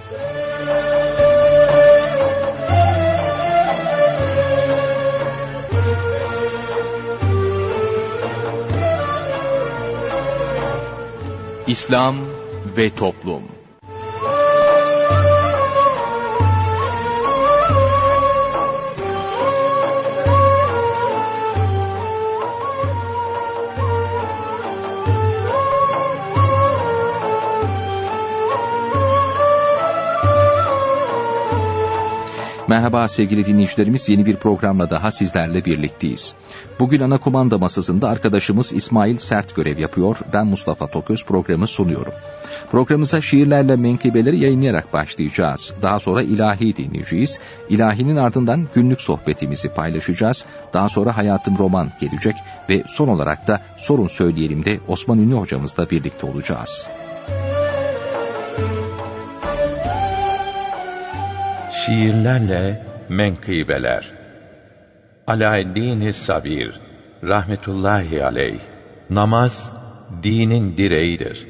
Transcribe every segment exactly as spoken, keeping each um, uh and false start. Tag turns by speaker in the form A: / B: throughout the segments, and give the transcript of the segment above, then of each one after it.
A: İslam ve Toplum. Merhaba sevgili dinleyicilerimiz, yeni bir programla daha sizlerle birlikteyiz. Bugün ana kumanda masasında arkadaşımız İsmail Sert görev yapıyor. Ben Mustafa Toköz programı sunuyorum. Programımıza şiirlerle menkıbeleri yayınlayarak başlayacağız. Daha sonra ilahi dinleyeceğiz. İlahinin ardından günlük sohbetimizi paylaşacağız. Daha sonra Hayatım Roman gelecek ve son olarak da Sorun Söyleyelim de Osman Ünlü hocamızla birlikte olacağız.
B: Şiirlerle menkıbeler. Alaeddin Sabir rahmetullahi aleyh, namaz dinin direğidir.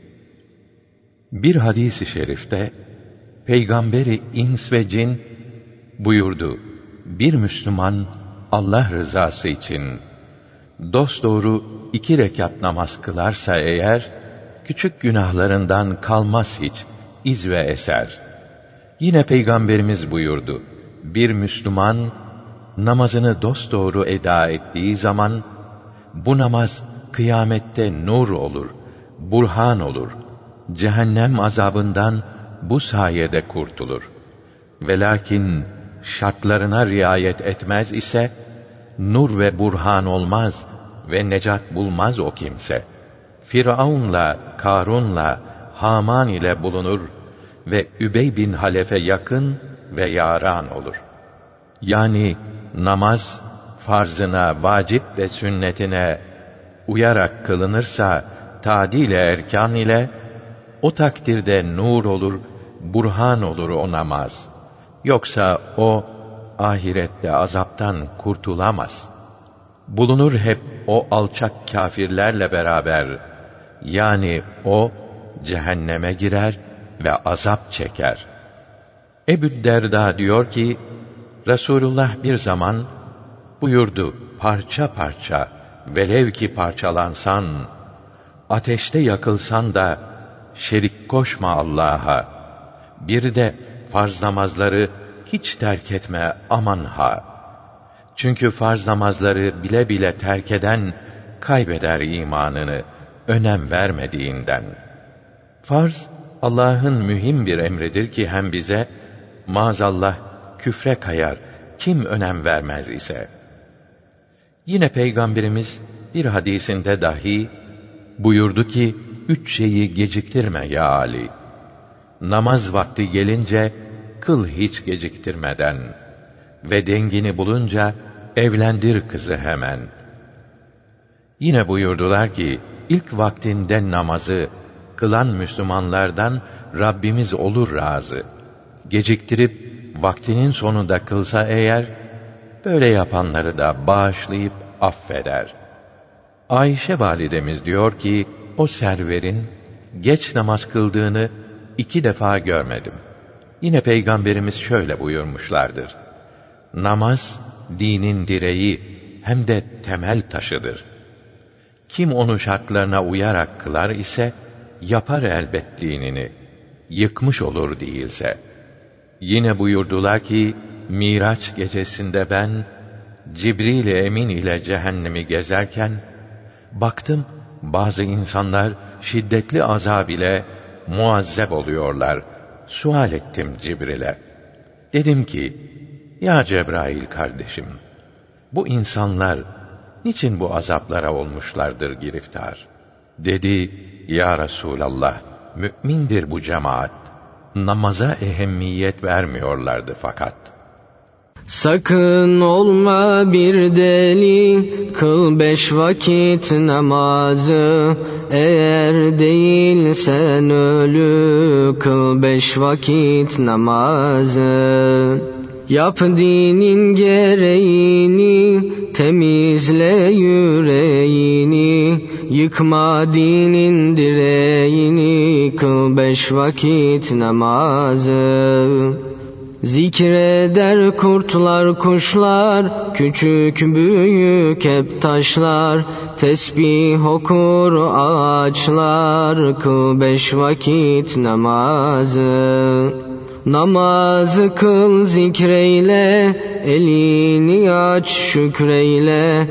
B: Bir hadis-i şerifte Peygamberi ins ve cin buyurdu: bir Müslüman Allah rızası için dosdoğru iki rekat namaz kılarsa eğer, küçük günahlarından kalmaz hiç iz ve eser. Yine Peygamberimiz buyurdu: bir Müslüman namazını dosdoğru eda ettiği zaman, bu namaz kıyamette nur olur, burhan olur. Cehennem azabından bu sayede kurtulur. Velakin şartlarına riayet etmez ise, nur ve burhan olmaz ve necat bulmaz o kimse. Firavun'la, Karun'la, Haman ile bulunur ve Übey bin Halef'e yakın ve yaran olur. Yani namaz, farzına, vacip ve sünnetine uyarak kılınırsa, tadil-i erkan ile, o takdirde nur olur, burhan olur o namaz. Yoksa o, ahirette azaptan kurtulamaz. Bulunur hep o alçak kâfirlerle beraber, yani o, cehenneme girer ve azap çeker. Ebu Derda diyor ki, Resulullah bir zaman buyurdu: parça parça, velev ki parçalansan, ateşte yakılsan da şerik koşma Allah'a. Bir de farz namazları hiç terk etme aman ha. Çünkü farz namazları bile bile terk eden kaybeder imanını, önem vermediğinden. Farz, Allah'ın mühim bir emridir ki hem bize, maazallah küfre kayar kim önem vermez ise. Yine Peygamberimiz bir hadisinde dahi buyurdu ki, üç şeyi geciktirme ya Ali. Namaz vakti gelince kıl hiç geciktirmeden ve dengini bulunca evlendir kızı hemen. Yine buyurdular ki, ilk vaktinde namazı kılan Müslümanlardan Rabbimiz olur razı. Geciktirip vaktinin sonunda kılsa eğer, böyle yapanları da bağışlayıp affeder. Ayşe validemiz diyor ki, o serverin geç namaz kıldığını iki defa görmedim. Yine Peygamberimiz şöyle buyurmuşlardır: namaz dinin direği hem de temel taşıdır. Kim onu şartlarına uyarak kılar ise, yapar elbet dinini, yıkmış olur değilse. Yine buyurdular ki, Miraç gecesinde ben, Cibril-i Emin ile cehennemi gezerken, baktım bazı insanlar şiddetli azab ile muazzeb oluyorlar. Sual ettim Cibril'e. Dedim ki, ya Cebrail kardeşim, bu insanlar niçin bu azaplara olmuşlardır giriftar? Dedi, ya Resulallah, mü'mindir bu cemaat. Namaza ehemmiyet vermiyorlardı fakat.
C: Sakın olma bir deli, kıl beş vakit namazı. Eğer değilsen ölü, kıl beş vakit namazı. Yap dinin gereğini, temizle yüreğini. yıkma dinin direğini, kıl beş vakit namazı. Zikreder kurtlar kuşlar, küçük büyük hep taşlar, tesbih okur ağaçlar, kıl beş vakit namazı. Namazı kıl zikreyle, elini aç şükreyle,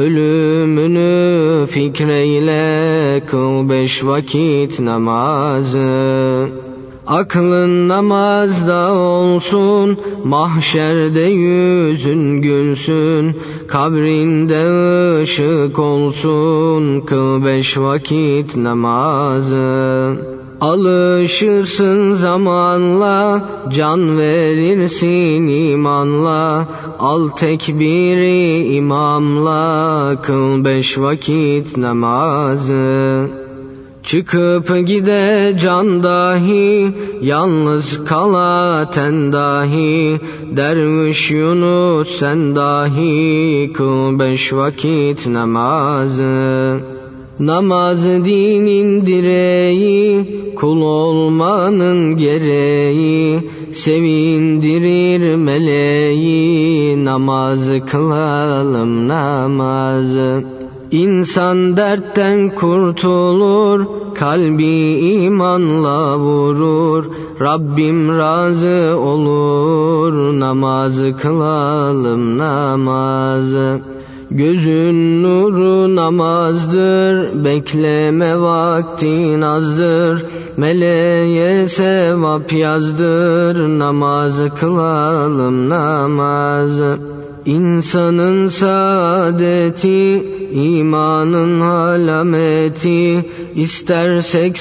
C: ölümünü fikreyle, kıl beş vakit namazı. Aklın namazda olsun, mahşerde yüzün gülsün, kabrinde ışık olsun, kıl beş vakit namazı. Alışırsın zamanla, can verirsin imanla, al tekbiri imamla, kıl beş vakit namazı. Çıkıp gide can dahi, yalnız kala ten dahi, derviş Yunus sen dahi, kıl beş vakit namazı. Namaz dinin direği, kul olmanın gereği, sevindirir meleği, namazı kılalım namazı. İnsan dertten kurtulur, kalbi imanla vurur, Rabbim razı olur, namazı kılalım namazı. Gözün nuru namazdır, bekleme vaktin azdır, meleğe sevap yazdır, namazı kılalım namazı. İnsanın saadeti, imanın alameti, istersek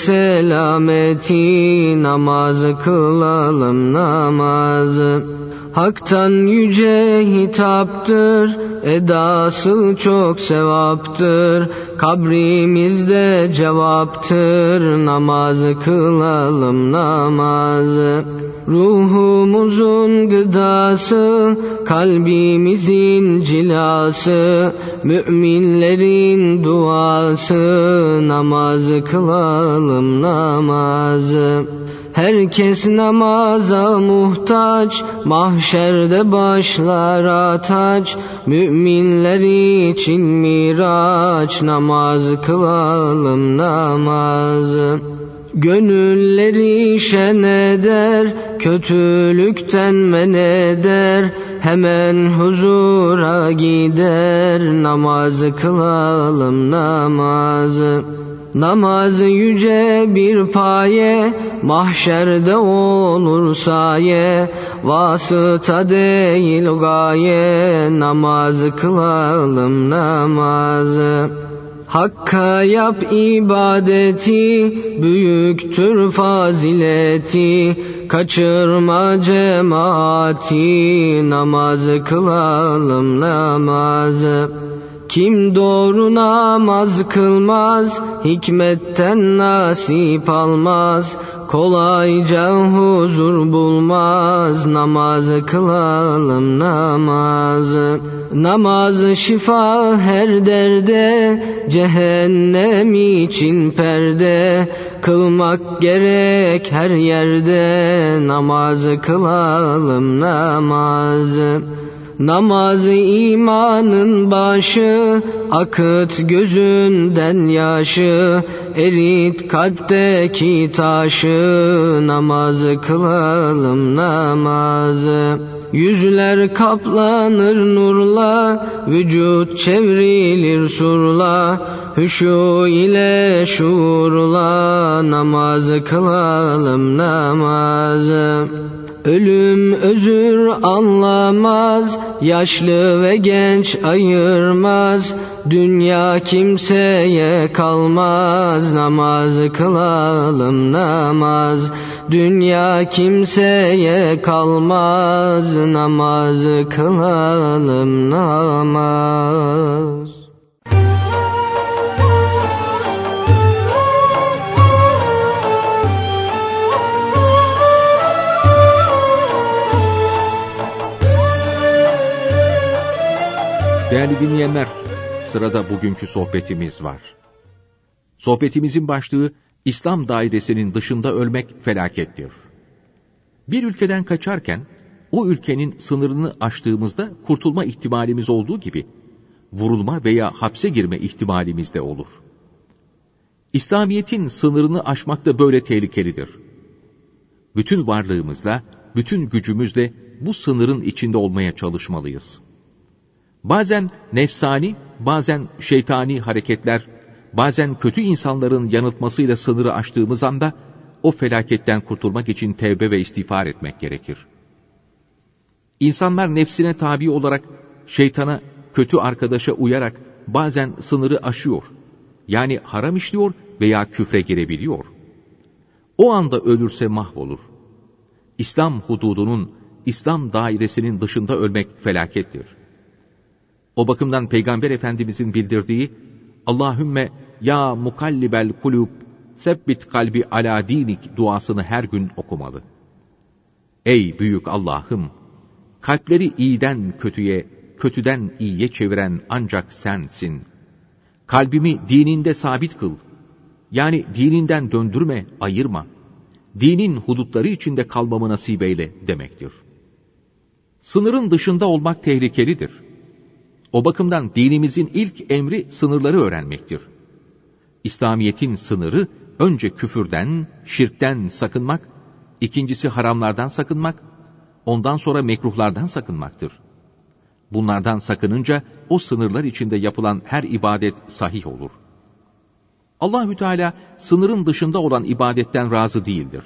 C: selameti, namazı kılalım namazı. Hak'tan yüce hitaptır, edası çok sevaptır, kabrimizde cevaptır, namazı kılalım namazı. Ruhumuzun gıdası, kalbimizin cilası, müminlerin duası, namazı kılalım namazı. Herkes namaza muhtaç, mahşerde başlar ataç, müminler için miraç, namazı kılalım namazı. Gönülleri şen eder, kötülükten men eder, hemen huzura gider, namazı kılalım namazı. Namazı yüce bir paye, mahşerde olur saye, vasıta değil gaye, namazı kılalım namazı. Hakka yap ibadeti, büyüktür fazileti, kaçırma cemaati, namazı kılalım namazı. Kim doğru namaz kılmaz, hikmetten nasip almaz, kolayca huzur bulmaz, namazı kılalım namazı. Namazı şifa her derde, cehennem için perde, kılmak gerek her yerde, namazı kılalım namazı. Namazı imanın başı, akıt gözünden yaşı, erit kalpteki taşı, namazı kılalım namazı. Yüzler kaplanır nurla, vücut çevrilir surla, huşu ile şuurla, namazı kılalım namazı. Ölüm özür anlamaz, yaşlı ve genç ayırmaz, dünya kimseye kalmaz, namazı kılalım namaz. Dünya kimseye kalmaz, namazı kılalım namaz.
A: Değerli dinleyenler, sırada bugünkü sohbetimiz var. Sohbetimizin başlığı, İslam dairesinin dışında ölmek felakettir. Bir ülkeden kaçarken, o ülkenin sınırını aştığımızda kurtulma ihtimalimiz olduğu gibi, vurulma veya hapse girme ihtimalimiz de olur. İslamiyet'in sınırını aşmak da böyle tehlikelidir. Bütün varlığımızla, bütün gücümüzle bu sınırın içinde olmaya çalışmalıyız. Bazen nefsani, bazen şeytani hareketler, bazen kötü insanların yanıltmasıyla sınırı aştığımız anda, o felaketten kurtulmak için tevbe ve istiğfar etmek gerekir. İnsanlar nefsine tabi olarak, şeytana, kötü arkadaşa uyarak bazen sınırı aşıyor. Yani haram işliyor veya küfre girebiliyor. O anda ölürse mahvolur. İslam hududunun, İslam dairesinin dışında ölmek felakettir. O bakımdan Peygamber Efendimizin bildirdiği, Allahümme ya mukallibel kulub, sebbit kalbi ala dinik duasını her gün okumalı. Ey büyük Allah'ım! Kalpleri iyiden kötüye, kötüden iyiye çeviren ancak sensin. Kalbimi dininde sabit kıl. Yani dininden döndürme, ayırma. Dinin hudutları içinde kalmamı nasip eyle demektir. Sınırın dışında olmak tehlikelidir. O bakımdan dinimizin ilk emri sınırları öğrenmektir. İslamiyet'in sınırı önce küfürden, şirkten sakınmak, ikincisi haramlardan sakınmak, ondan sonra mekruhlardan sakınmaktır. Bunlardan sakınınca o sınırlar içinde yapılan her ibadet sahih olur. Allahü Teala sınırın dışında olan ibadetten razı değildir.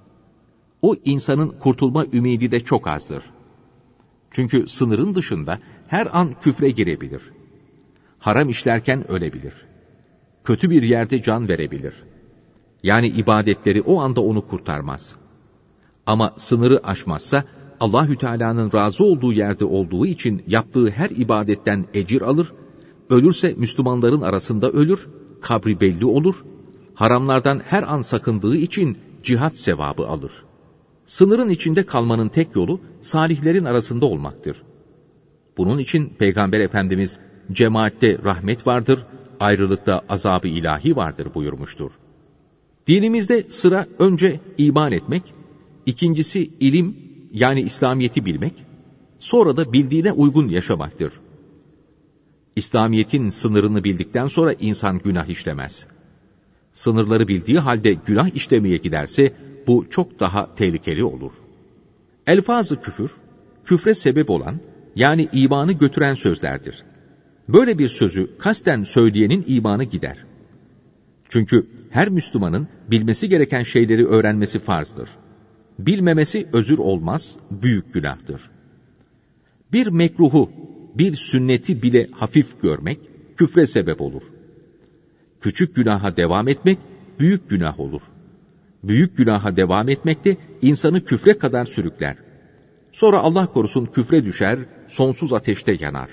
A: O insanın kurtulma ümidi de çok azdır. Çünkü sınırın dışında her an küfre girebilir. Haram işlerken ölebilir. Kötü bir yerde can verebilir. Yani ibadetleri o anda onu kurtarmaz. Ama sınırı aşmazsa Allahü Teala'nın razı olduğu yerde olduğu için yaptığı her ibadetten ecir alır, ölürse Müslümanların arasında ölür, kabri belli olur, haramlardan her an sakındığı için cihat sevabı alır. Sınırın içinde kalmanın tek yolu salihlerin arasında olmaktır. Bunun için Peygamber Efendimiz cemaatte rahmet vardır, ayrılıkta azab-ı ilahi vardır buyurmuştur. Dinimizde sıra önce iman etmek, ikincisi ilim yani İslamiyet'i bilmek, sonra da bildiğine uygun yaşamaktır. İslamiyet'in sınırını bildikten sonra insan günah işlemez. Sınırları bildiği halde günah işlemeye giderse bu çok daha tehlikeli olur. Elfaz-ı küfür, küfre sebep olan yani imanı götüren sözlerdir. Böyle bir sözü kasten söyleyenin imanı gider. Çünkü her Müslümanın bilmesi gereken şeyleri öğrenmesi farzdır. Bilmemesi özür olmaz, büyük günahtır. Bir mekruhu, bir sünneti bile hafif görmek küfre sebep olur. Küçük günaha devam etmek büyük günah olur. Büyük günaha devam etmek de insanı küfre kadar sürükler. Sonra Allah korusun küfre düşer, sonsuz ateşte yanar.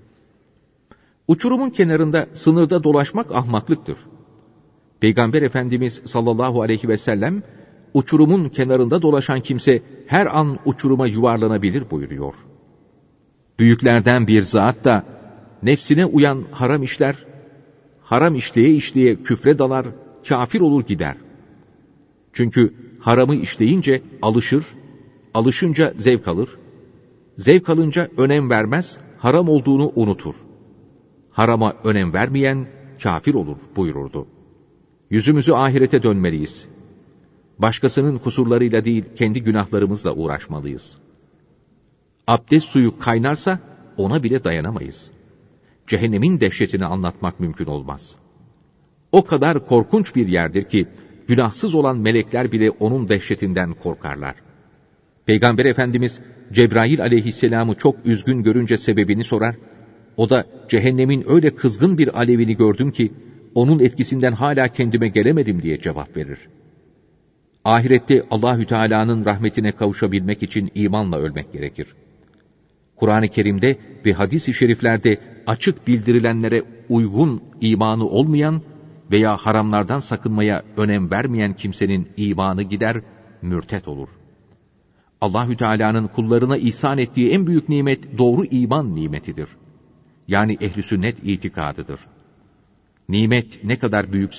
A: Uçurumun kenarında sınırda dolaşmak ahmaklıktır. Peygamber Efendimiz sallallahu aleyhi ve sellem, uçurumun kenarında dolaşan kimse her an uçuruma yuvarlanabilir buyuruyor. Büyüklerden bir zat da nefsine uyan haram işler, haram işleye işleye küfre dalar, kafir olur gider. Çünkü haramı işleyince alışır, alışınca zevk alır, zevk alınca önem vermez, haram olduğunu unutur. Harama önem vermeyen kafir olur buyururdu. Yüzümüzü ahirete dönmeliyiz. Başkasının kusurlarıyla değil, kendi günahlarımızla uğraşmalıyız. Abdest suyu kaynarsa ona bile dayanamayız. Cehennemin dehşetini anlatmak mümkün olmaz. O kadar korkunç bir yerdir ki, günahsız olan melekler bile onun dehşetinden korkarlar. Peygamber Efendimiz, Cebrail aleyhisselamı çok üzgün görünce sebebini sorar, o da cehennemin öyle kızgın bir alevini gördüm ki, onun etkisinden hala kendime gelemedim diye cevap verir. Ahirette Allahü Teala'nın rahmetine kavuşabilmek için imanla ölmek gerekir. Kur'an-ı Kerim'de ve hadis-i şeriflerde açık bildirilenlere uygun imanı olmayan veya haramlardan sakınmaya önem vermeyen kimsenin imanı gider, mürtet olur. Allahü Teala'nın kullarına ihsan ettiği en büyük nimet doğru iman nimetidir. Yani ehl-i sünnet itikadıdır. Nimet ne kadar büyükse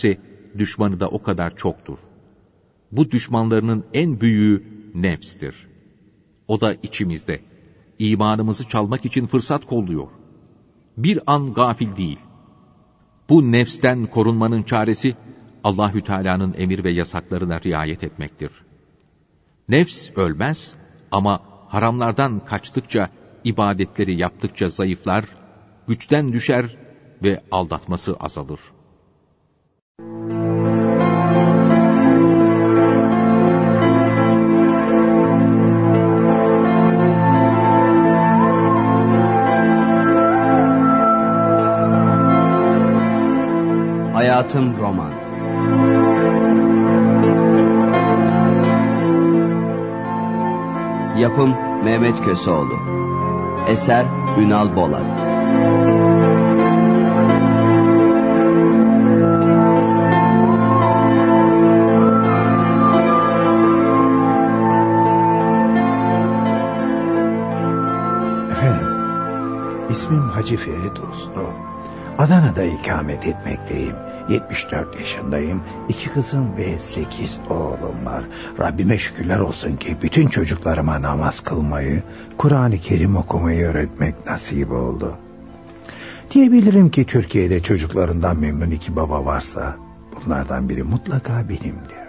A: düşmanı da o kadar çoktur. Bu düşmanlarının en büyüğü nefstir. O da içimizde. İmanımızı çalmak için fırsat kolluyor. Bir an gafil değil. Bu nefsten korunmanın çaresi Allahü Teala'nın emir ve yasaklarına riayet etmektir. Nefs ölmez ama haramlardan kaçtıkça, ibadetleri yaptıkça zayıflar, güçten düşer ve aldatması azalır.
D: Hayatım roman. Yapım Mehmet Köseoğlu. Eser Ünal Bolat.
E: Efendim, ismim Hacı Ferit Uslu. Adana'da ikamet etmekteyim. yetmiş dört yaşındayım. İki kızım ve sekiz oğlum var. Rabbime şükürler olsun ki bütün çocuklarıma namaz kılmayı, Kur'an-ı Kerim okumayı öğretmek nasip oldu. Diyebilirim ki Türkiye'de çocuklarından memnun iki baba varsa bunlardan biri mutlaka benimdir.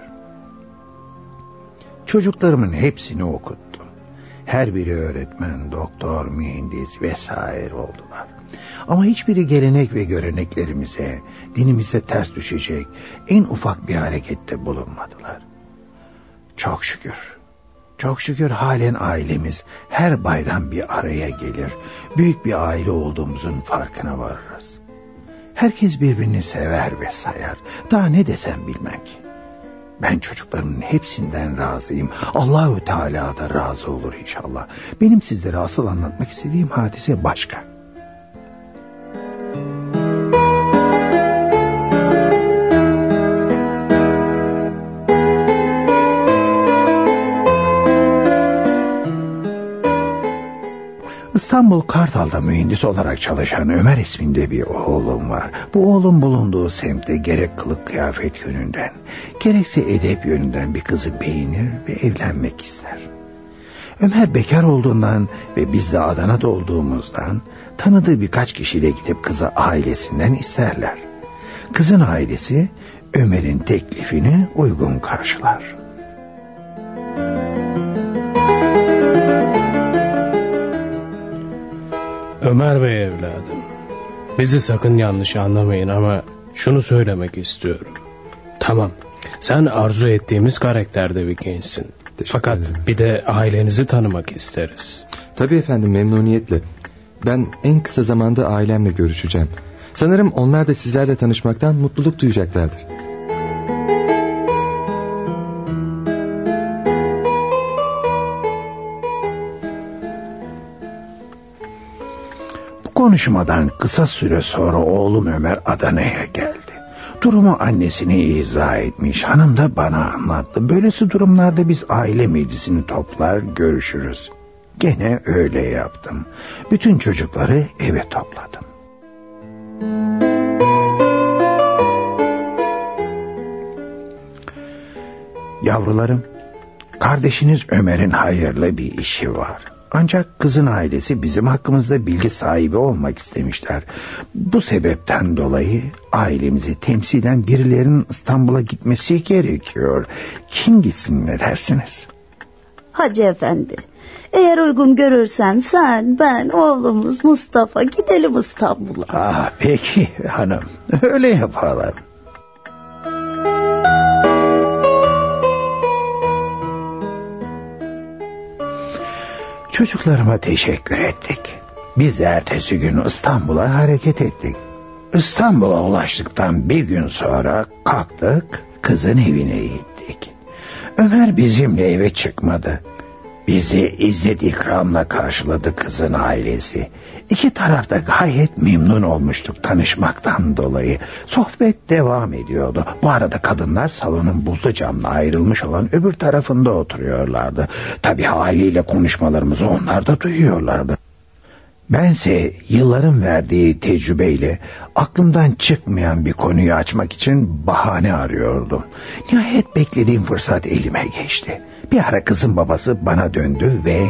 E: Çocuklarımın hepsini okuttum. Her biri öğretmen, doktor, mühendis vesaire oldular. Ama hiçbiri gelenek ve göreneklerimize, dinimize ters düşecek en ufak bir harekette bulunmadılar. Çok şükür, çok şükür halen ailemiz her bayram bir araya gelir. Büyük bir aile olduğumuzun farkına varırız. Herkes birbirini sever ve sayar. Daha ne desem bilmem ki. Ben çocuklarımın hepsinden razıyım. Allahü Teala da razı olur inşallah. Benim sizlere asıl anlatmak istediğim hadise başka. İstanbul Kartal'da mühendis olarak çalışan Ömer isminde bir oğlum var. Bu oğlum bulunduğu semtte gerek kılık kıyafet yönünden, gerekse edep yönünden bir kızı beğenir ve evlenmek ister. Ömer bekar olduğundan ve biz de Adana'da olduğumuzdan tanıdığı birkaç kişiyle gidip kızı ailesinden isterler. Kızın ailesi Ömer'in teklifini uygun karşılar.
F: Ömer Bey evladım, bizi sakın yanlış anlamayın ama şunu söylemek istiyorum. Tamam, sen arzu ettiğimiz karakterde bir gençsin. Fakat bir de ailenizi tanımak isteriz.
G: Tabii efendim, memnuniyetle. Ben en kısa zamanda ailemle görüşeceğim. Sanırım onlar da sizlerle tanışmaktan mutluluk duyacaklardır.
E: Konuşmadan kısa süre sonra oğlum Ömer Adana'ya geldi. Durumu annesine izah etmiş. Hanım da bana anlattı. Böylesi durumlarda biz aile meclisini toplar görüşürüz. Gene öyle yaptım. Bütün çocukları eve topladım. Yavrularım, kardeşiniz Ömer'in hayırlı bir işi var. Ancak kızın ailesi bizim hakkımızda bilgi sahibi olmak istemişler. Bu sebepten dolayı ailemizi temsilen birilerinin İstanbul'a gitmesi gerekiyor. Kim gitsin, ne dersiniz?
H: Hacı efendi, eğer uygun görürsen sen, ben, oğlumuz Mustafa gidelim İstanbul'a.
E: Ah, peki hanım, öyle yapalım. Çocuklarıma teşekkür ettik. Biz ertesi gün İstanbul'a hareket ettik. İstanbul'a ulaştıktan bir gün sonra kalktık, kızın evine gittik. Ömer bizimle eve çıkmadı. Bizi izzet ikramla karşıladı kızın ailesi. İki tarafta gayet memnun olmuştuk tanışmaktan dolayı. Sohbet devam ediyordu. Bu arada kadınlar salonun buzlu camla ayrılmış olan öbür tarafında oturuyorlardı. Tabii haliyle konuşmalarımızı onlar da duyuyorlardı. Bense yılların verdiği tecrübeyle aklımdan çıkmayan bir konuyu açmak için bahane arıyordum. Nihayet beklediğim fırsat elime geçti. Bir ara kızın babası bana döndü ve...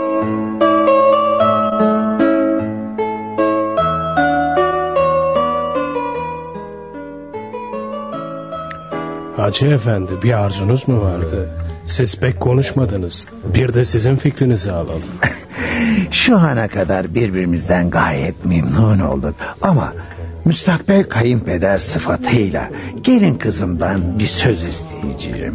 F: Hacı efendi, bir arzunuz mu vardı? Siz pek konuşmadınız. Bir de sizin fikrinizi alalım.
E: Şu ana kadar birbirimizden gayet memnun olduk. Ama müstakbel kayınpeder sıfatıyla gelin kızımdan bir söz isteyeceğim.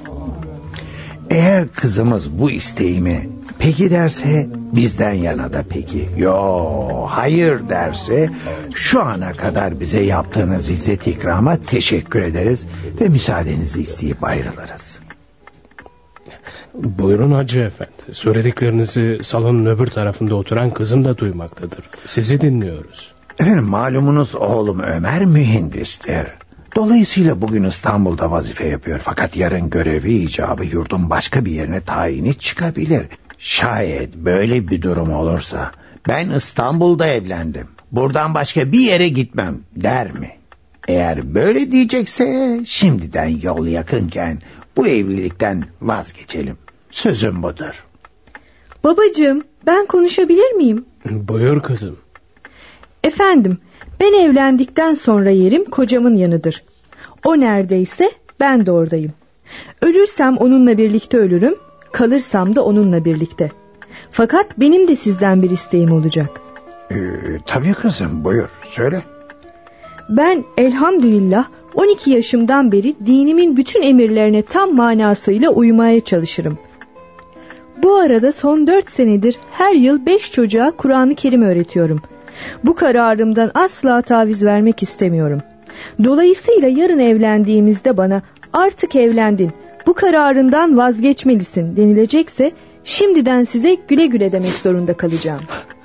E: Eğer kızımız bu isteğimi peki derse bizden yana da peki. Yo, hayır derse şu ana kadar bize yaptığınız izzet ikrama teşekkür ederiz ve müsaadenizi isteyip ayrılırız.
F: Buyurun Hacı efendi. Söylediklerinizi salonun öbür tarafında oturan kızım da duymaktadır. Sizi dinliyoruz.
E: Efendim, malumunuz oğlum Ömer mühendistir. Dolayısıyla bugün İstanbul'da vazife yapıyor. Fakat yarın görevi icabı yurdun başka bir yerine tayini çıkabilir. Şayet böyle bir durum olursa ben İstanbul'da evlendim, buradan başka bir yere gitmem der mi? Eğer böyle diyecekse şimdiden yol yakınken bu evlilikten vazgeçelim. Sözüm budur.
I: Babacığım, ben konuşabilir miyim?
F: Buyur kızım.
I: Efendim, ben evlendikten sonra yerim kocamın yanıdır. O neredeyse ben de oradayım. Ölürsem onunla birlikte ölürüm, kalırsam da onunla birlikte. Fakat benim de sizden bir isteğim olacak.
E: Ee, tabii kızım, buyur söyle.
I: Ben elhamdülillah on iki yaşımdan beri dinimin bütün emirlerine tam manasıyla uymaya çalışırım. Bu arada son dört senedir her yıl beş çocuğa Kur'an-ı Kerim öğretiyorum. Bu kararımdan asla taviz vermek istemiyorum. Dolayısıyla yarın evlendiğimizde bana artık evlendin, bu kararından vazgeçmelisin denilecekse şimdiden size güle güle demek zorunda kalacağım.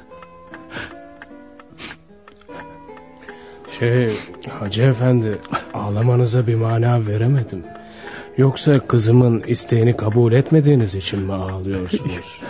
F: Şey, Hacı efendi, ağlamanıza bir mana veremedim. Yoksa kızımın isteğini kabul etmediğiniz için mi ağlıyorsunuz?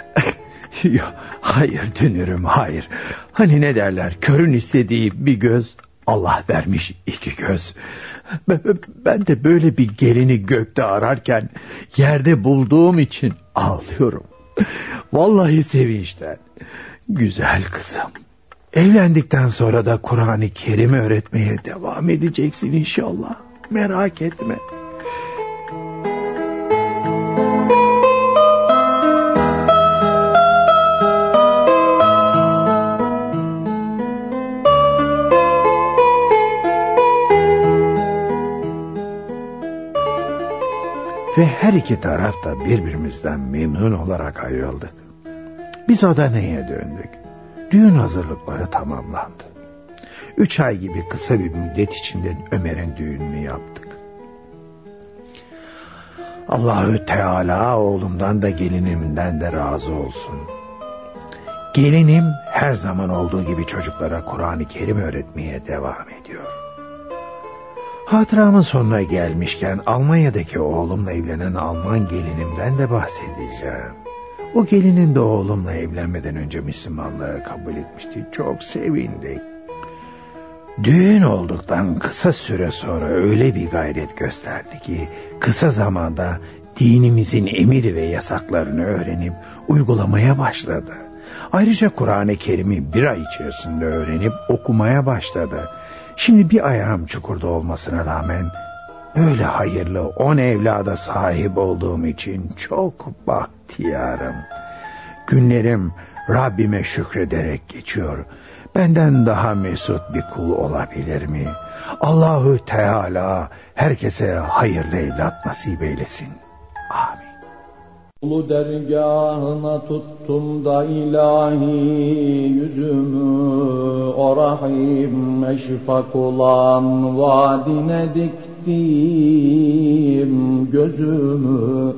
E: Hayır dönürüm, hayır. Hani ne derler, körün istediği bir göz, Allah vermiş iki göz. Ben de böyle bir gelini gökte ararken yerde bulduğum için ağlıyorum. Vallahi sevinçten. Güzel kızım, evlendikten sonra da Kur'an-ı Kerim öğretmeye devam edeceksin inşallah. Merak etme. Ve her iki taraf da birbirimizden memnun olarak ayrıldık. Biz odaneye döndük. Düğün hazırlıkları tamamlandı. Üç ay gibi kısa bir müddet içinde Ömer'in düğününü yaptık. Allahü Teala oğlumdan da gelinimden de razı olsun. Gelinim her zaman olduğu gibi çocuklara Kur'an-ı Kerim öğretmeye devam ediyor. Hatıramın sonuna gelmişken Almanya'daki oğlumla evlenen Alman gelinimden de bahsedeceğim. O gelinin de oğlumla evlenmeden önce Müslümanlığı kabul etmişti. Çok sevindik. Düğün olduktan kısa süre sonra öyle bir gayret gösterdi ki kısa zamanda dinimizin emir ve yasaklarını öğrenip uygulamaya başladı. Ayrıca Kur'an-ı Kerim'i bir ay içerisinde öğrenip okumaya başladı. Şimdi bir ayağım çukurda olmasına rağmen böyle hayırlı on evlada sahip olduğum için çok bahtiyarım. Günlerim Rabbime şükrederek geçiyor. Benden daha mesut bir kul olabilir mi? Allahü Teala herkese hayırlı evlat nasip eylesin. Amin.
J: Ulu dergahına tuttum da ilahi yüzümü, o rahim meşfak olan vadine diktim gözümü.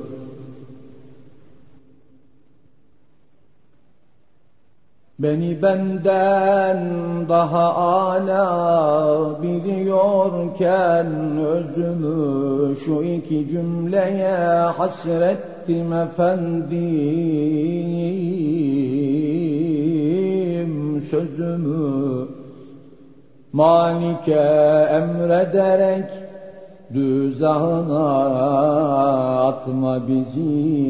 J: Beni benden daha âlâ biliyorken özümü, şu iki cümleye hasrettim efendim. sözümü Malik'e emrederek düzahına atma bizi.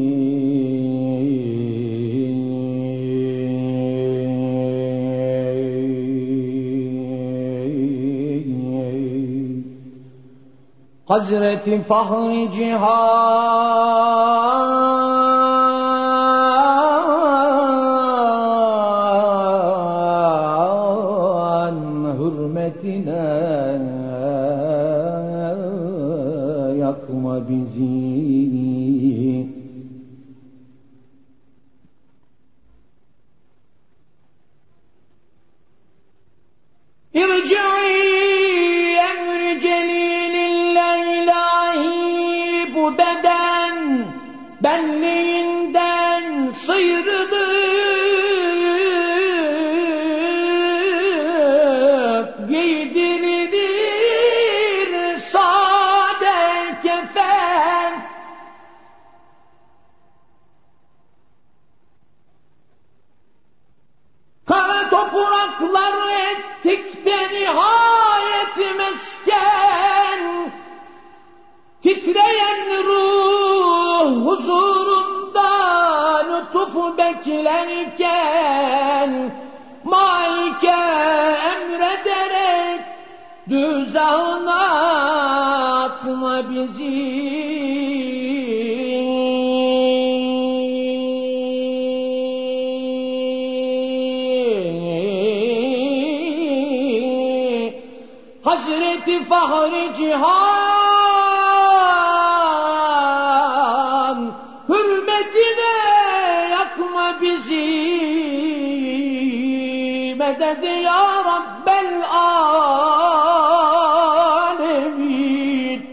J: Hazreti Fahri Cihan hürmetine yakma bizi. İrci'i emri celilillah ilahi, bu beden benliğinden sıyrılıp giydirilir sade kefen. Kara topraklar ettik de nihayet mesken, titreyen ruh huzurunda lütuf beklerken, Malik'e emrederek düzahına atma bizi. Hazreti Fahri Cihan hürmetine yakma bizi. Medet ya Rabbel alemin.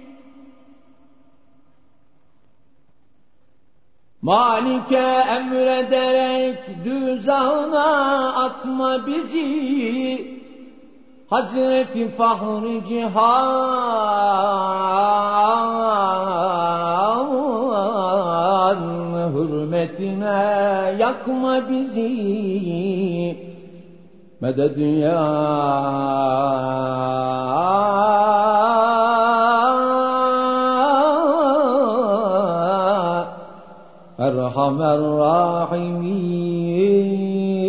J: Malik'e emrederek düzahına atma bizi. Hazreti Fahri Cihan hürmetine yakma bizi. Medet ya Erhamer Rahimin.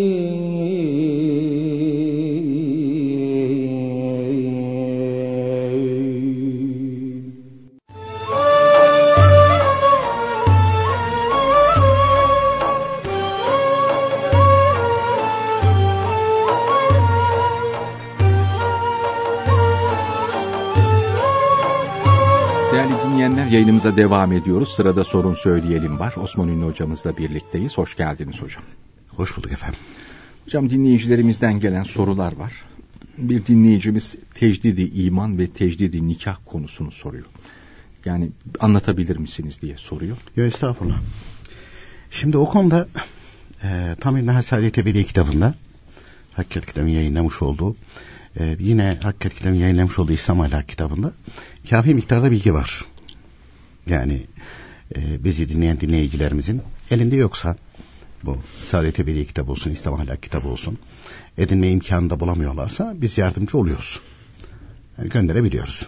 A: Yayınımıza devam ediyoruz. Sırada sorun söyleyelim var. Osman Ünlü hocamızla birlikteyiz. Hoş geldiniz hocam.
E: Hoş bulduk efendim.
A: Hocam, dinleyicilerimizden gelen sorular var. Bir dinleyicimiz tecdidi iman ve tecdidi nikah konusunu soruyor. Yani anlatabilir misiniz diye soruyor.
K: Yok, estağfurullah. Şimdi o konuda e, tam İlmihal Saadet Ebedi kitabında Hakikat kitabının yayınlamış olduğu e, yine Hakikat kitabının yayınlamış olduğu İslam Ahlak kitabında kafi miktarda bilgi var. Yani e, bizi dinleyen dinleyicilerimizin elinde yoksa bu Saadet Ebedi kitabı olsun, İslam Ahlak kitabı olsun, edinme imkanı da bulamıyorlarsa biz yardımcı oluyoruz. Yani gönderebiliyoruz.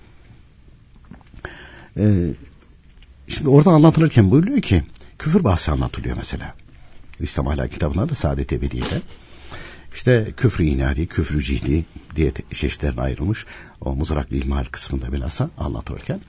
K: E, şimdi orada anlatılırken buyuruyor ki küfür bahsi anlatılıyor mesela. İslam Ahlak kitabında da Saadet Ebedi'de. İşte küfrü inadi, küfrü cihdi diye çeşitlerine ayrılmış. O mızraklı ilmihal kısmında bilhassa anlatırken.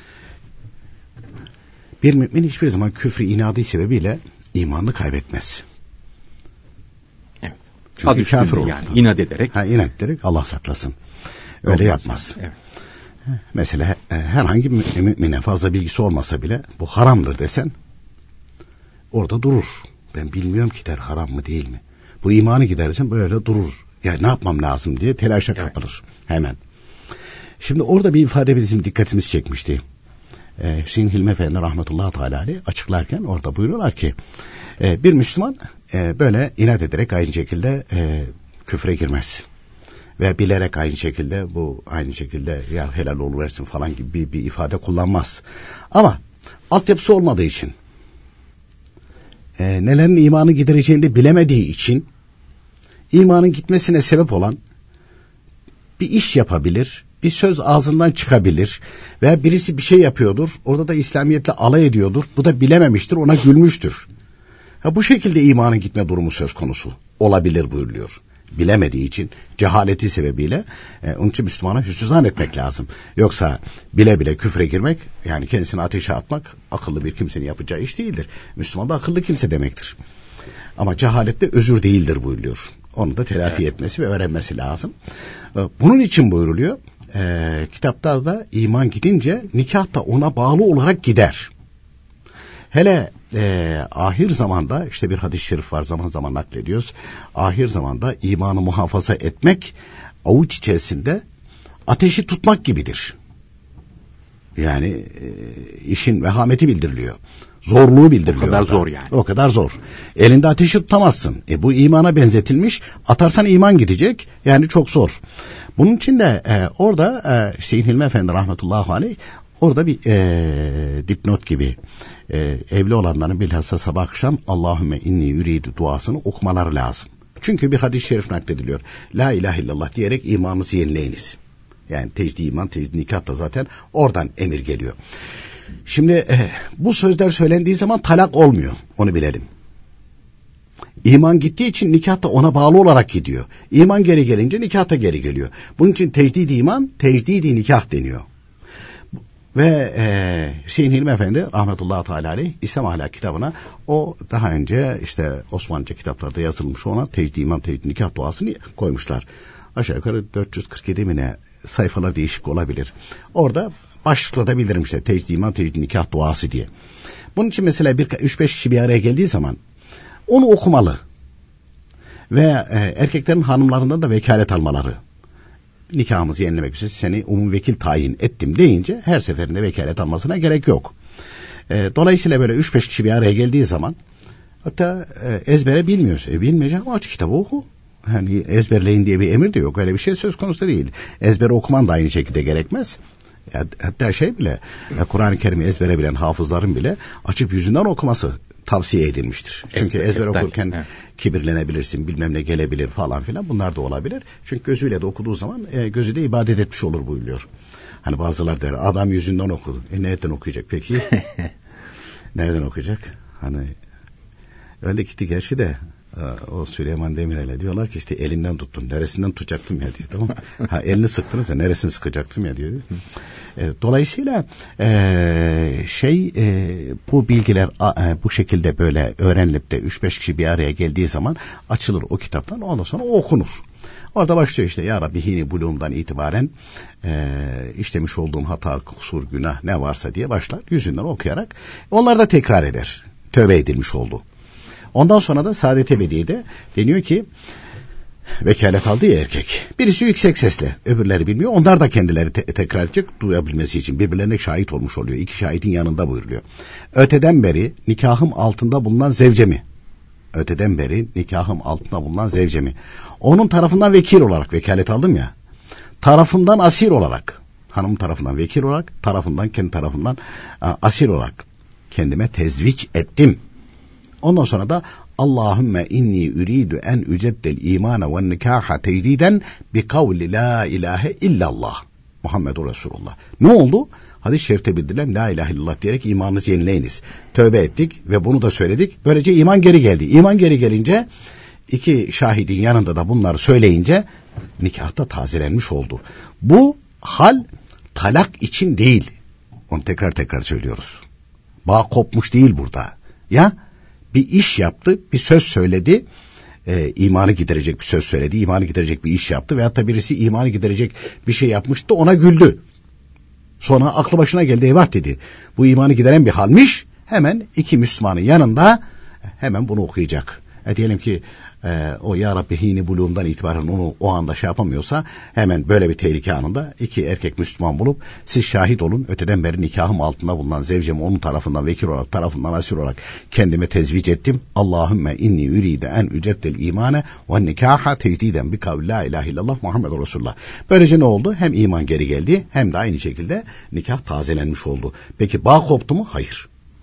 K: Bir mümin hiçbir zaman küfrü inadi sebebiyle imanını kaybetmez.
A: Evet.
K: Çünkü Adı kafir olur.
A: Yani inat ederek.
K: Ha, inat ederek Allah saklasın. Öyle olmaz, yapmaz. Evet. Mesela herhangi bir mümine fazla bilgisi olmasa bile bu haramdır desen orada durur. Ben bilmiyorum ki der, haram mı değil mi? Bu imanı gidersen böyle durur. Yani ne yapmam lazım diye telaşa evet. kapılır hemen. Şimdi orada bir ifade bizim dikkatimizi çekmişti. Ee, Hüseyin Hilmi Efendi rahmetullahi teala aleyh açıklarken orada buyuruyorlar ki e, bir Müslüman e, böyle inat ederek aynı şekilde e, küfre girmez. Ve bilerek aynı şekilde bu aynı şekilde ya helal oluversin falan gibi bir, bir ifade kullanmaz. Ama altyapısı olmadığı için e, nelerin imanı gidereceğini de bilemediği için imanın gitmesine sebep olan bir iş yapabilir, bir söz ağzından çıkabilir veya birisi bir şey yapıyordur, orada da İslamiyetle alay ediyordur, bu da bilememiştir, ona gülmüştür. Ha, bu şekilde imanın gitme durumu söz konusu olabilir buyuruluyor. Bilemediği için, cehaleti sebebiyle, e, onun için Müslümana hüsnüzan etmek lazım. Yoksa bile bile küfre girmek, yani kendisini ateşe atmak akıllı bir kimsenin yapacağı iş değildir. Müslüman da akıllı kimse demektir. Ama cehalet de özür değildir buyuruluyor. Onu da telafi evet. etmesi ve öğrenmesi lazım. Bunun için buyuruluyor, e, kitapta da iman gidince nikah da ona bağlı olarak gider. Hele e, ahir zamanda, işte bir hadis-i şerif var, zaman zaman naklediyoruz. Ahir zamanda imanı muhafaza etmek avuç içerisinde ateşi tutmak gibidir. Yani e, işin vehameti bildiriliyor. Zorluğu bildiriliyor.
A: O kadar
K: orada.
A: zor yani.
K: O kadar zor. Elinde ateşi tutamazsın. E, bu imana benzetilmiş. Atarsan iman gidecek. Yani çok zor. Bunun için de e, orada e, Hüseyin Hilmi Efendi rahmetullahi aleyh orada bir e, dipnot gibi e, evli olanların bilhassa sabah akşam Allahümme inni üridu duasını okumaları lazım. Çünkü bir hadis-i şerif naklediliyor. La ilahe illallah diyerek imanınızı yenileyiniz. Yani tecdi iman, tecdi nikah da zaten oradan emir geliyor. Şimdi e, bu sözler söylendiği zaman talak olmuyor. Onu bilelim. İman gittiği için nikah da ona bağlı olarak gidiyor. İman geri gelince nikah da geri geliyor. Bunun için tecdid iman, tecdid nikah deniyor. Ve e, Hüseyin Hilmi Efendi rahmetullahi teala aleyh İslam Ahlak kitabına o daha önce işte Osmanlıca kitaplarda yazılmış ona tecdid iman, tecdid nikah duasını koymuşlar. Aşağı yukarı dört yüz kırk yedi mi ne sayfalar değişik olabilir. Orada başlıkla da bildirmişler. Tecdid iman, tecdid nikah duası diye. Bunun için mesela bir üç beş kişi bir araya geldiği zaman onu okumalı. Ve e, erkeklerin hanımlarından da vekalet almaları. Nikahımızı yenilemek için seni umum vekil tayin ettim deyince her seferinde vekalet almasına gerek yok. E, dolayısıyla böyle üç beş kişi bir araya geldiği zaman hatta e, ezbere bilmiyorsa e, bilmeyecek ama aç kitabı oku. Yani ezberleyin diye bir emir de yok. Öyle bir şey söz konusu değil. Ezbere okuman da aynı şekilde gerekmez. Hatta şey bile Kur'an-ı Kerim'i ezbere bilen hafızların bile açıp yüzünden okuması tavsiye edilmiştir. Çünkü evet, ezber okurken evet. kibirlenebilirsin, bilmem ne gelebilir falan filan, bunlar da olabilir. Çünkü gözüyle de okuduğu zaman e, gözü de ibadet etmiş olur buyuruyor. Hani bazılar der adam yüzünden okudu. E nereden okuyacak peki? Nereden okuyacak? Hani öyle gitti gerçi de o Süleyman Demirel'e diyorlar ki işte elinden tuttun, neresinden tutacaktım ya diyor, tamam. Ha, elini sıktınız ya neresini sıkacaktım ya diyor. E, dolayısıyla e, şey e, bu bilgiler e, bu şekilde böyle öğrenilip de üç beş kişi bir araya geldiği zaman açılır o kitaptan, ondan sonra o okunur. Orada başlıyor işte ya Rabbi hini buluğumdan itibaren e, işlemiş olduğum hata, kusur, günah ne varsa diye başlar yüzünden okuyarak. Onlar da tekrar eder. Tövbe edilmiş oldu. Ondan sonra da Saadet Ebediye'de deniyor ki vekalet aldı ya erkek. Birisi yüksek sesle, öbürleri bilmiyor. Onlar da kendileri te- tekrar edecek duyabilmesi için. Birbirlerine şahit olmuş oluyor. İki şahidin yanında buyuruluyor. Öteden beri nikahım altında bulunan zevcemi. Öteden beri nikahım altında bulunan zevcemi. Onun tarafından vekil olarak vekalet aldım ya. Tarafından asir olarak. Hanım tarafından vekil olarak, tarafından kendi tarafından asir olarak kendime tezviç ettim. Ondan sonra da Allahümme inni üridu en üceddel imane ve nikaha tecdiden bi kavli la ilahe illallah Muhammedur Resulullah. Ne oldu? Hadis-i şerifte bildirilen la ilahe illallah diyerek imanınızı yenileyiniz. Tövbe ettik ve bunu da söyledik. Böylece iman geri geldi. İman geri gelince iki şahidin yanında da bunları söyleyince nikahta tazelenmiş oldu. Bu hal talak için değil. Onu tekrar tekrar söylüyoruz. Bağ kopmuş değil burada. Ya bir iş yaptı, bir söz söyledi, e, imanı giderecek bir söz söyledi, imanı giderecek bir iş yaptı veyahut da birisi imanı giderecek bir şey yapmıştı, ona güldü. Sonra aklı başına geldi, eyvah dedi. Bu imanı gideren bir halmiş, hemen iki Müslümanın yanında hemen bunu okuyacak. E diyelim ki e, o ya Rabbi hini buluğumdan itibaren onu o anda şey yapamıyorsa hemen böyle bir tehlike anında iki erkek Müslüman bulup siz şahit olun, öteden beri nikahım altında bulunan zevcemi onun tarafından vekil olarak, tarafından asir olarak kendime tezvic ettim. Allahümme inni üride en üceddel imane ve nikaha tecdiden bi kavli la ilahe illallah Muhammedur Resulullah. Böylece ne oldu? Hem iman geri geldi hem de aynı şekilde nikah tazelenmiş oldu. Peki bağ koptu mu? Hayır.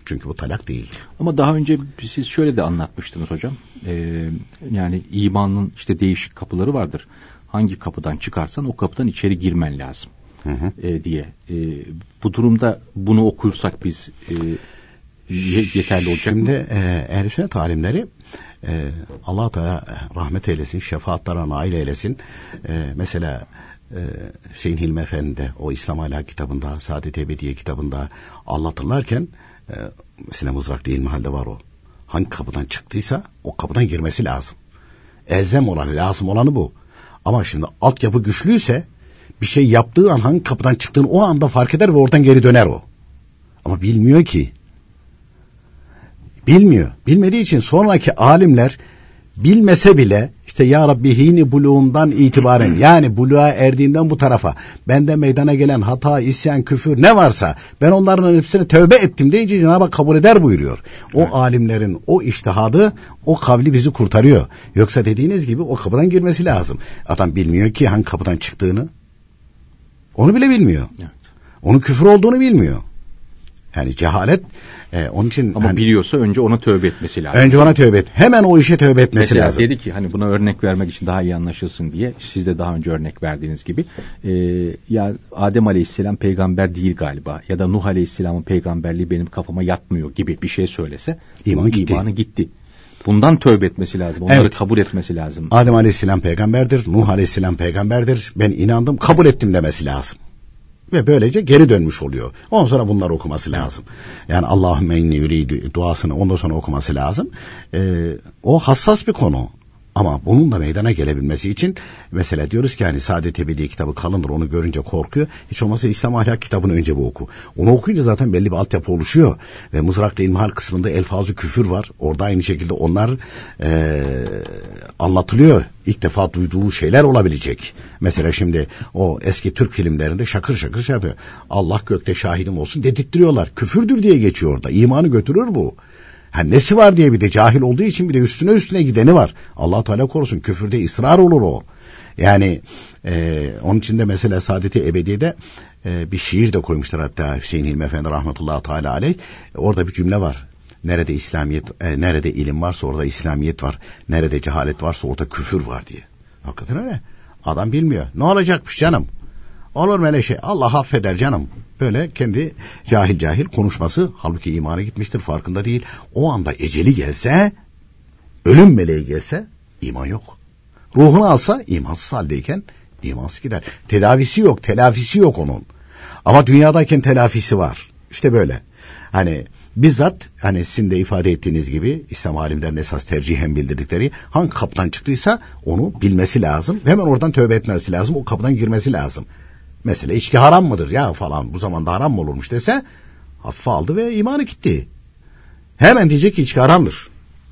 K: Çünkü bu talak değil.
A: Ama daha önce siz şöyle de anlatmıştınız hocam. Ee, yani imanın işte değişik kapıları vardır. Hangi kapıdan çıkarsan o kapıdan içeri girmen lazım. Hı hı. E, diye. E, bu durumda bunu okursak biz e, yeterli olacak
K: Şimdi,
A: mı?
K: Şimdi e, ehl-i sünnet alimleri e, Allah Teala rahmet eylesin, şefaatlara nail eylesin. E, mesela e, Hüseyin Hilmi Efendi de o İslam Ahlak kitabında, Saadet Ebediye kitabında anlatırlarken e, mesela mızrak değil mi halde var o. Hangi kapıdan çıktıysa o kapıdan girmesi lazım. Elzem olanı, lazım olanı bu. Ama şimdi altyapı güçlüyse bir şey yaptığı an hangi kapıdan çıktığını o anda fark eder ve oradan geri döner o. Ama bilmiyor ki. Bilmiyor. Bilmediği için sonraki alimler bilmese bile işte ya Rabbi hini buluğundan itibaren yani buluğa erdiğinden bu tarafa bende meydana gelen hata, isyan, küfür ne varsa ben onların hepsine tövbe ettim deyince Cenab-ı Hak kabul eder buyuruyor. O evet. Alimlerin o içtihadı o kavli bizi kurtarıyor. Yoksa dediğiniz gibi o kapıdan girmesi lazım. Adam bilmiyor ki hangi kapıdan çıktığını. Onu bile bilmiyor. Evet. Onun küfür olduğunu bilmiyor. Yani cehalet e, onun için...
A: Ama hani, biliyorsa önce ona tövbe etmesi lazım.
K: Önce ona tövbe et. Hemen o işe tövbe etmesi
A: Mesela
K: lazım.
A: Mesela dedi ki hani buna örnek vermek için daha iyi anlaşılsın diye siz de daha önce örnek verdiğiniz gibi e, ya Adem Aleyhisselam peygamber değil galiba ya da Nuh Aleyhisselam'ın peygamberliği benim kafama yatmıyor gibi bir şey söylese
K: İman gitti.
A: imanı gitti. Bundan tövbe etmesi lazım. Onları evet. kabul etmesi lazım.
K: Adem Aleyhisselam peygamberdir. Nuh Aleyhisselam peygamberdir. Ben inandım, kabul ettim demesi lazım. Ve böylece geri dönmüş oluyor. Ondan sonra bunları okuması lazım. Yani Allahümme inni yuridu duasını ondan sonra okuması lazım. Ee, o hassas bir konu. Ama bunun da meydana gelebilmesi için mesela diyoruz ki hani Saadet Ebediye kitabı kalındır, onu görünce korkuyor. Hiç olmazsa İslam Ahlak kitabını önce bu oku. Onu okuyunca zaten belli bir altyapı oluşuyor. Ve Mızrak'ta İlmihal kısmında elfazı küfür var. Orada aynı şekilde onlar ee, anlatılıyor. İlk defa duyduğu şeyler olabilecek. Mesela şimdi o eski Türk filmlerinde şakır şakır şey yapıyor. Allah gökte şahidim olsun dedirtiyorlar. Küfürdür diye geçiyor orada. İmanı götürür bu. Ha, nesi var diye bir de cahil olduğu için bir de üstüne üstüne gideni var. Allah Teala korusun, küfürde ısrar olur o. Yani e, onun için de mesela Saadet-i Ebediye'de e, bir şiir de koymuşlar hatta Hüseyin Hilmi Efendi rahmetullahi teala aleyh. Orada bir cümle var. Nerede İslamiyet, e, nerede ilim varsa orada İslamiyet var. Nerede cehalet varsa orada küfür var diye. Hakikaten öyle. Adam bilmiyor. Ne olacakmış canım? Olur mu öyle şey? Allah affeder canım. Böyle kendi cahil cahil konuşması, halbuki imana gitmiştir, farkında değil. O anda eceli gelse, ölüm meleği gelse iman yok. Ruhunu alsa imansız haldeyken imansız gider. Tedavisi yok, telafisi yok onun. Ama dünyadayken telafisi var. İşte böyle. Hani bizzat hani sizin de ifade ettiğiniz gibi İslam alimlerinin esas tercihen bildirdikleri hangi kapıdan çıktıysa onu bilmesi lazım. Hemen oradan tövbe etmesi lazım. O kapıdan girmesi lazım. Mesela içki haram mıdır ya falan, bu zamanda haram mı olurmuş dese hafife aldı ve imanı gitti. Hemen diyecek ki içki haramdır.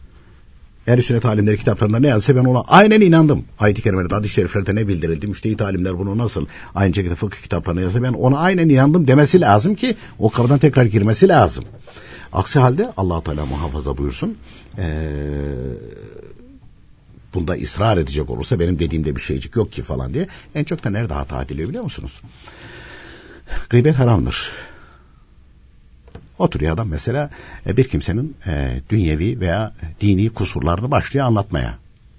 K: Ehl-i sünnet alimleri kitaplarında ne yazsa ben ona aynen inandım. Ayet-i kerimelerde, hadis-i şeriflerde ne bildirildi? Müştehit alimler bunu nasıl aynı şekilde fıkıh kitaplarında yazsa ben ona aynen inandım demesi lazım ki o kapıdan tekrar girmesi lazım. Aksi halde Allah Teala muhafaza buyursun. Eee bunda ısrar edecek olursa benim dediğimde bir şeycik yok ki falan diye en çok da nerede hata ediliyor biliyor musunuz? Gıybet haramdır. Oturuyor adam mesela bir kimsenin e, dünyevi veya dini kusurlarını başlıyor anlatmaya.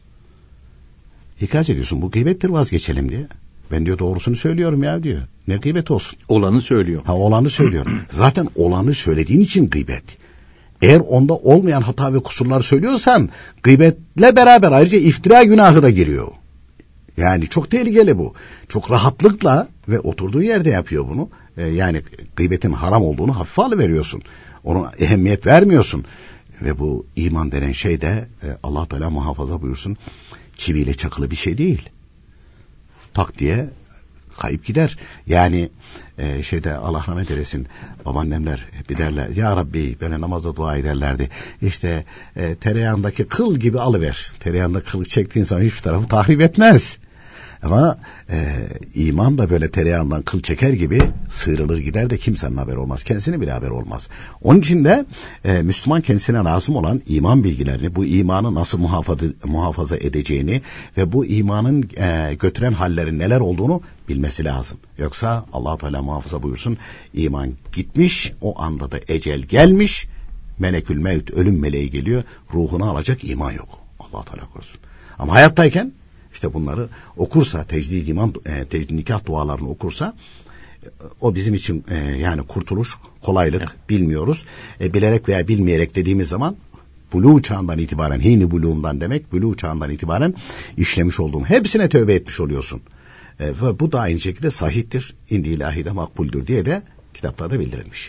K: İkaz ediyorsun, bu gıybettir, vazgeçelim diye. Ben diyor doğrusunu söylüyorum ya diyor. Ne gıybet olsun?
A: Olanı söylüyor.
K: Ha, olanı söylüyor. Zaten olanı söylediğin için gıybet. Eğer onda olmayan hata ve kusurlar söylüyorsan gıybetle beraber ayrıca iftira günahı da giriyor. Yani çok tehlikeli bu. Çok rahatlıkla ve oturduğu yerde yapıyor bunu. Ee, yani gıybetin haram olduğunu hafife alıveriyorsun. Ona ehemmiyet vermiyorsun. Ve bu iman denen şey de e, Allah Teala muhafaza buyursun, çiviyle çakılı bir şey değil. Tak diye kayıp gider. Yani e, şeyde Allah rahmet eylesin, babaannemler bir derler ya Rabbi, böyle namazda dua ederlerdi. İşte e, tereyağındaki kıl gibi alıver. Tereyağında kıl çektiğin zaman hiçbir tarafı tahrip etmez. Ama e, iman da böyle tereyağından kıl çeker gibi sıyrılır gider de kimsenin haberi olmaz. Kendisine bile haber olmaz. Onun için de e, Müslüman kendisine lazım olan iman bilgilerini, bu imanı nasıl muhafaza, muhafaza edeceğini ve bu imanın e, götüren hallerin neler olduğunu bilmesi lazım. Yoksa Allah Teala muhafaza buyursun, iman gitmiş, o anda da ecel gelmiş melekül mevt, ölüm meleği geliyor, ruhunu alacak, iman yok. Allah Teala korusun. Ama hayattayken işte bunları okursa, tecdid iman, e, tecdid nikah dualarını okursa, e, o bizim için e, yani kurtuluş, kolaylık, evet. Bilmiyoruz. E, bilerek veya bilmeyerek dediğimiz zaman buluğ çağından itibaren, hini buluğundan demek, buluğ çağından itibaren işlemiş olduğum hepsine tövbe etmiş oluyorsun. E, ve bu da aynı şekilde sahihtir, indi ilahide makbuldür diye de kitaplarda bildirilmiş.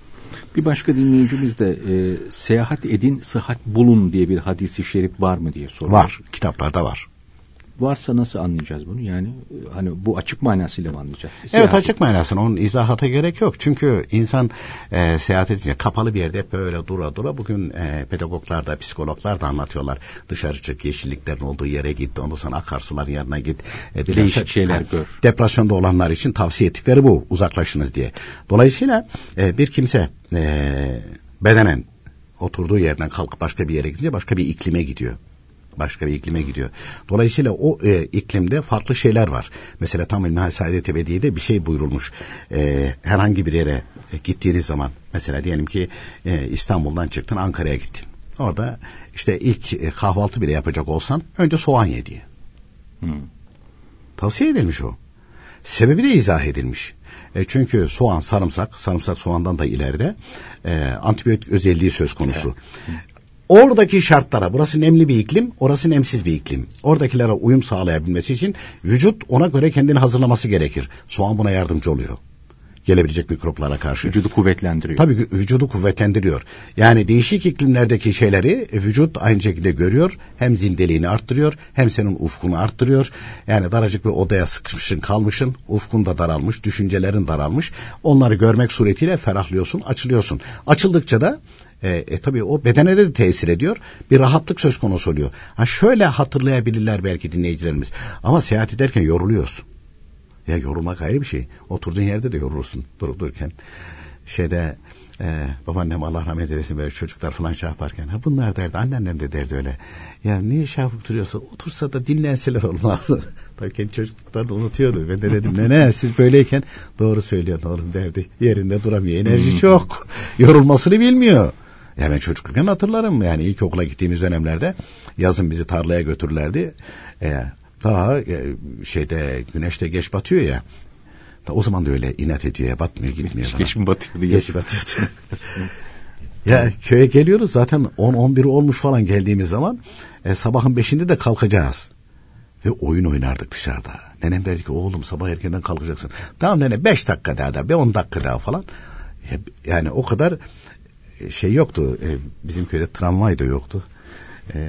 A: Bir başka dinleyicimiz de e, seyahat edin, sıhhat bulun diye bir hadisi şerif var mı diye soruyor.
K: Var, kitaplarda var.
A: Varsa nasıl anlayacağız bunu? Yani hani bu açık manasıyla mı anlayacağız?
K: Evet,
A: Seyahat
K: açık manasını, onun izahata gerek yok. Çünkü insan e, seyahat edince kapalı bir yerde hep böyle dura dura, bugün e, pedagoglar da, psikologlar da anlatıyorlar. Dışarı çık, yeşilliklerin olduğu yere git, ondan sonra akarsuların yanına git. E,
A: Değişik şeyler ha, gör.
K: Depresyonda olanlar için tavsiye ettikleri bu, uzaklaşınız diye. Dolayısıyla e, bir kimse e, bedenen oturduğu yerden kalkıp başka bir yere gidince başka bir iklime gidiyor. Başka bir iklime gidiyor. Dolayısıyla o e, iklimde farklı şeyler var. Mesela tam İlmihal Saadet Ebediye'de bir şey buyurulmuş. E, herhangi bir yere e, gittiğiniz zaman, mesela diyelim ki e, İstanbul'dan çıktın, Ankara'ya gittin. Orada işte ilk e, kahvaltı bile yapacak olsan önce soğan ye diye. Hmm. Tavsiye edilmiş o. Sebebi de izah edilmiş. E, çünkü soğan, sarımsak, sarımsak soğandan da ileride e, antibiyotik özelliği söz konusu. Evet. Oradaki şartlara, burası nemli bir iklim, orası nemsiz bir iklim. Oradakilere uyum sağlayabilmesi için vücut ona göre kendini hazırlaması gerekir. Soğan buna yardımcı oluyor. Gelebilecek mikroplara karşı.
A: Vücudu kuvvetlendiriyor.
K: Tabii vücudu kuvvetlendiriyor. Yani değişik iklimlerdeki şeyleri vücut aynı şekilde görüyor. Hem zindeliğini arttırıyor, hem senin ufkunu arttırıyor. Yani daracık bir odaya sıkışmışsın, kalmışsın. Ufkun da daralmış, düşüncelerin daralmış. Onları görmek suretiyle ferahlıyorsun, açılıyorsun. Açıldıkça da E, e tabii o bedene de tesir ediyor. Bir rahatlık söz konusu oluyor. Ha şöyle hatırlayabilirler belki dinleyicilerimiz. Ama seyahat ederken yoruluyorsun. Ya yorulmak ayrı bir şey. Oturduğun yerde de yorulursun durup dururken. Şeyde e, babaannem Allah rahmet eylesin, böyle çocuklar falan şey yaparken. Ha bunlar derdi, anneannem de derdi öyle. Ya niye şey yapıp duruyorsun? Otursa da dinlenseler olmaz. Tabii kendi çocuklarını unutuyordu. Ben de dedim ne siz böyleyken doğru söylüyorsun oğlum derdi. Yerinde duramıyor. Enerji çok. Yorulmasını bilmiyor. Ya ben çocukken hatırlarım, yani ilkokula gittiğimiz dönemlerde yazın bizi tarlaya götürürlerdi. Ee, daha e, şeyde güneşte geç batıyor ya. Da o zaman da öyle inat ediyor ya, batmıyor gitmiyor.
A: Geç mi batıyordu?
K: Geç batıyordu. Ya köye geliyoruz zaten on on bir olmuş falan geldiğimiz zaman e, sabahın beşinde de kalkacağız. Ve oyun oynardık dışarıda. Nenem derdi ki oğlum sabah erkenden kalkacaksın. Tamam nene beş dakika daha da, bir on dakika daha falan. Yani o kadar şey yoktu. E, bizim köyde tramvay da yoktu. E,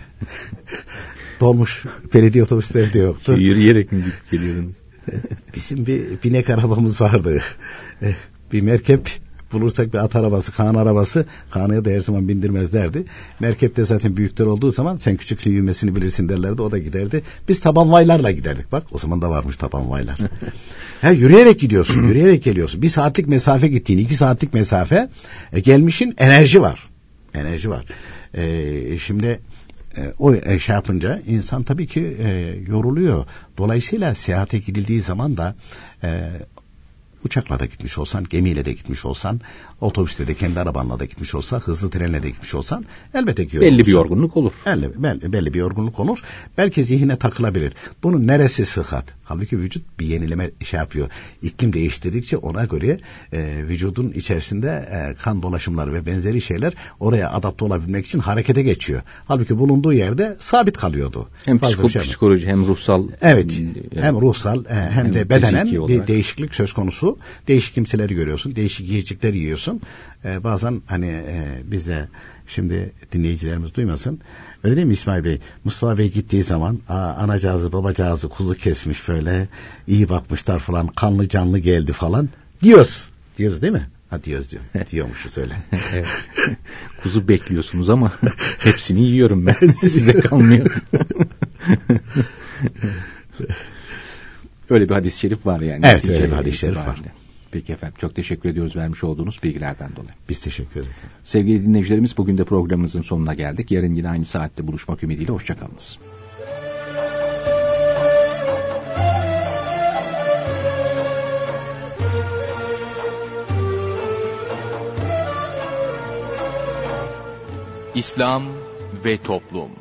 K: dolmuş belediye otobüsleri de yoktu.
A: Yürüyerek mi gidip geliyordunuz?
K: Bizim bir binek arabamız vardı. E, bir merkep bulursak, bir at arabası, Kaan arabası. Kaan'ı da her zaman bindirmezlerdi. Merkepte zaten büyükler olduğu zaman sen küçüksün, yürümesini bilirsin derlerdi. O da giderdi. Biz tabanvaylarla giderdik. Bak o zaman da varmış tabanvaylar. Ha, yürüyerek gidiyorsun, yürüyerek geliyorsun. Bir saatlik mesafe gittiğin, iki saatlik mesafe e, gelmişin, enerji var. Enerji var. E, şimdi e, o e, şey yapınca insan tabii ki e, yoruluyor. Dolayısıyla seyahate gidildiği zaman da e, uçakla da gitmiş olsan, gemiyle de gitmiş olsan, otobüste de kendi arabanla da gitmiş olsa, hızlı trenle de gitmiş olsan elbette ki
A: belli bir yorgunluk olur.
K: Belli, belli, belli bir yorgunluk olur. Belki zihine takılabilir. Bunun neresi sıhhat? Halbuki vücut bir yenileme şey yapıyor. İklim değiştirdikçe ona göre e, vücudun içerisinde e, kan dolaşımları ve benzeri şeyler oraya adapte olabilmek için harekete geçiyor. Halbuki bulunduğu yerde sabit kalıyordu.
A: Hem psiko, şey psikoloji hem ruhsal.
K: Evet. Yani, hem ruhsal e, hem, hem de bedenen bir olarak değişiklik söz konusu. Değişik kimseleri görüyorsun. Değişik yiyecekler yiyorsun. Ee, bazen hani e, bize şimdi dinleyicilerimiz duymasın. Öyle değil mi İsmail Bey? Mustafa Bey gittiği zaman aa, anacağızı babacağızı kuzu kesmiş, böyle iyi bakmışlar falan, kanlı canlı geldi falan diyoruz. Diyoruz değil mi? Ha diyoruz diyor. Diyormuşuz öyle.
A: Evet. Kuzu bekliyorsunuz ama hepsini yiyorum ben. Size kalmıyor. Öyle bir hadis-i şerif var yani.
K: Evet, öyle bir hadis-i şerif var.
A: Peki efendim, çok teşekkür ediyoruz vermiş olduğunuz bilgilerden dolayı.
K: Biz teşekkür ederiz.
A: Sevgili dinleyicilerimiz, bugün de programımızın sonuna geldik. Yarın yine aynı saatte buluşmak ümidiyle hoşçakalınız. İslam ve Toplum.